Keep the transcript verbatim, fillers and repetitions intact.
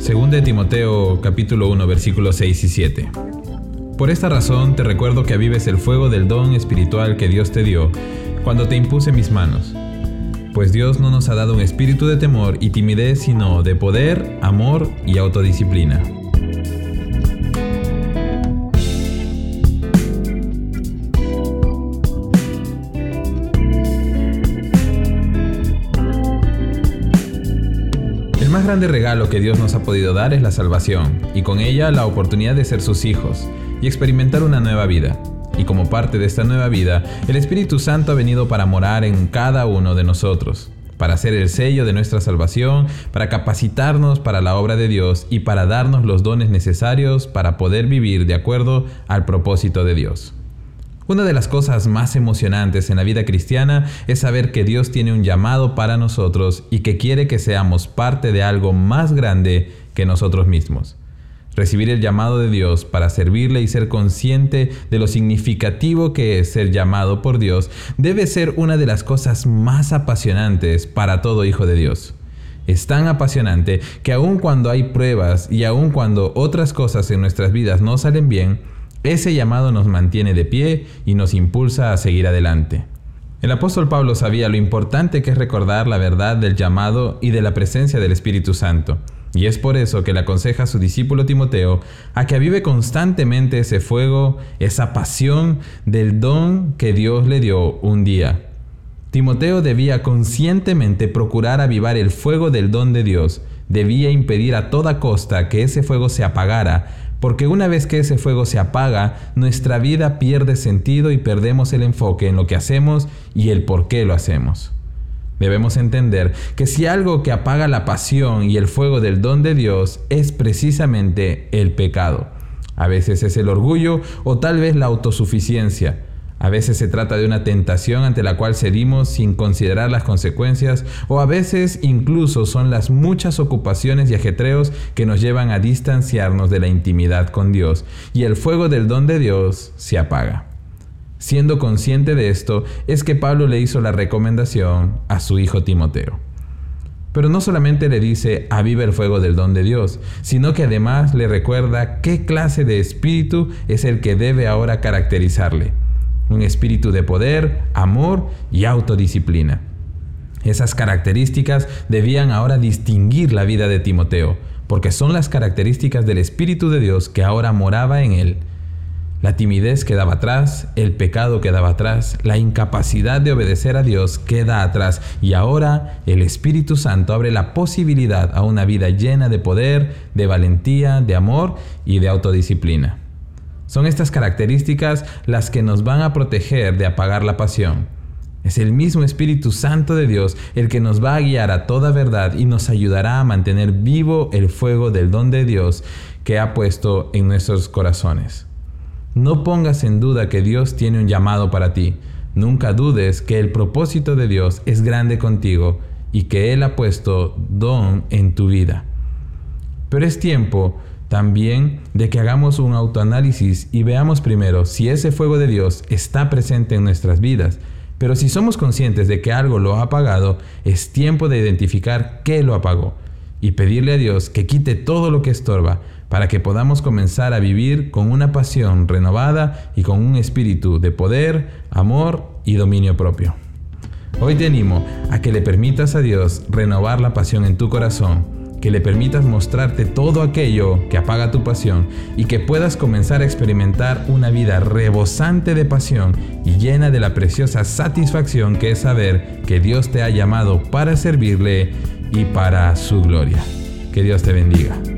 Segunda de Timoteo capítulo uno versículos seis y siete. Por esta razón te recuerdo que avives el fuego del don espiritual que Dios te dio cuando te impuse mis manos. Pues Dios no nos ha dado un espíritu de temor y timidez, sino de poder, amor y autodisciplina. El más grande regalo que Dios nos ha podido dar es la salvación, y con ella la oportunidad de ser sus hijos y experimentar una nueva vida. Y como parte de esta nueva vida, el Espíritu Santo ha venido para morar en cada uno de nosotros, para ser el sello de nuestra salvación, para capacitarnos para la obra de Dios y para darnos los dones necesarios para poder vivir de acuerdo al propósito de Dios. Una de las cosas más emocionantes en la vida cristiana es saber que Dios tiene un llamado para nosotros y que quiere que seamos parte de algo más grande que nosotros mismos. Recibir el llamado de Dios para servirle y ser consciente de lo significativo que es ser llamado por Dios debe ser una de las cosas más apasionantes para todo hijo de Dios. Es tan apasionante que aun cuando hay pruebas y aun cuando otras cosas en nuestras vidas no salen bien, ese llamado nos mantiene de pie y nos impulsa a seguir adelante. El apóstol Pablo sabía lo importante que es recordar la verdad del llamado y de la presencia del Espíritu Santo. Y es por eso que le aconseja a su discípulo Timoteo a que avive constantemente ese fuego, esa pasión del don que Dios le dio un día. Timoteo debía conscientemente procurar avivar el fuego del don de Dios. Debía impedir a toda costa que ese fuego se apagara, porque una vez que ese fuego se apaga, nuestra vida pierde sentido y perdemos el enfoque en lo que hacemos y el por qué lo hacemos. Debemos entender que si algo que apaga la pasión y el fuego del don de Dios es precisamente el pecado. A veces es el orgullo o tal vez la autosuficiencia. A veces se trata de una tentación ante la cual cedimos sin considerar las consecuencias, o a veces incluso son las muchas ocupaciones y ajetreos que nos llevan a distanciarnos de la intimidad con Dios, y el fuego del don de Dios se apaga. Siendo consciente de esto, es que Pablo le hizo la recomendación a su hijo Timoteo. Pero no solamente le dice aviva el fuego del don de Dios, sino que además le recuerda qué clase de espíritu es el que debe ahora caracterizarle. Un espíritu de poder, amor y autodisciplina. Esas características debían ahora distinguir la vida de Timoteo, porque son las características del Espíritu de Dios que ahora moraba en él. La timidez quedaba atrás, el pecado quedaba atrás, la incapacidad de obedecer a Dios queda atrás y ahora el Espíritu Santo abre la posibilidad a una vida llena de poder, de valentía, de amor y de autodisciplina. Son estas características las que nos van a proteger de apagar la pasión. Es el mismo Espíritu Santo de Dios el que nos va a guiar a toda verdad y nos ayudará a mantener vivo el fuego del don de Dios que ha puesto en nuestros corazones. No pongas en duda que Dios tiene un llamado para ti. Nunca dudes que el propósito de Dios es grande contigo y que Él ha puesto don en tu vida. Pero es tiempo también de que hagamos un autoanálisis y veamos primero si ese fuego de Dios está presente en nuestras vidas. Pero si somos conscientes de que algo lo ha apagado, es tiempo de identificar qué lo apagó y pedirle a Dios que quite todo lo que estorba para que podamos comenzar a vivir con una pasión renovada y con un espíritu de poder, amor y dominio propio. Hoy te animo a que le permitas a Dios renovar la pasión en tu corazón, que le permitas mostrarte todo aquello que apaga tu pasión y que puedas comenzar a experimentar una vida rebosante de pasión y llena de la preciosa satisfacción que es saber que Dios te ha llamado para servirle y para su gloria. Que Dios te bendiga.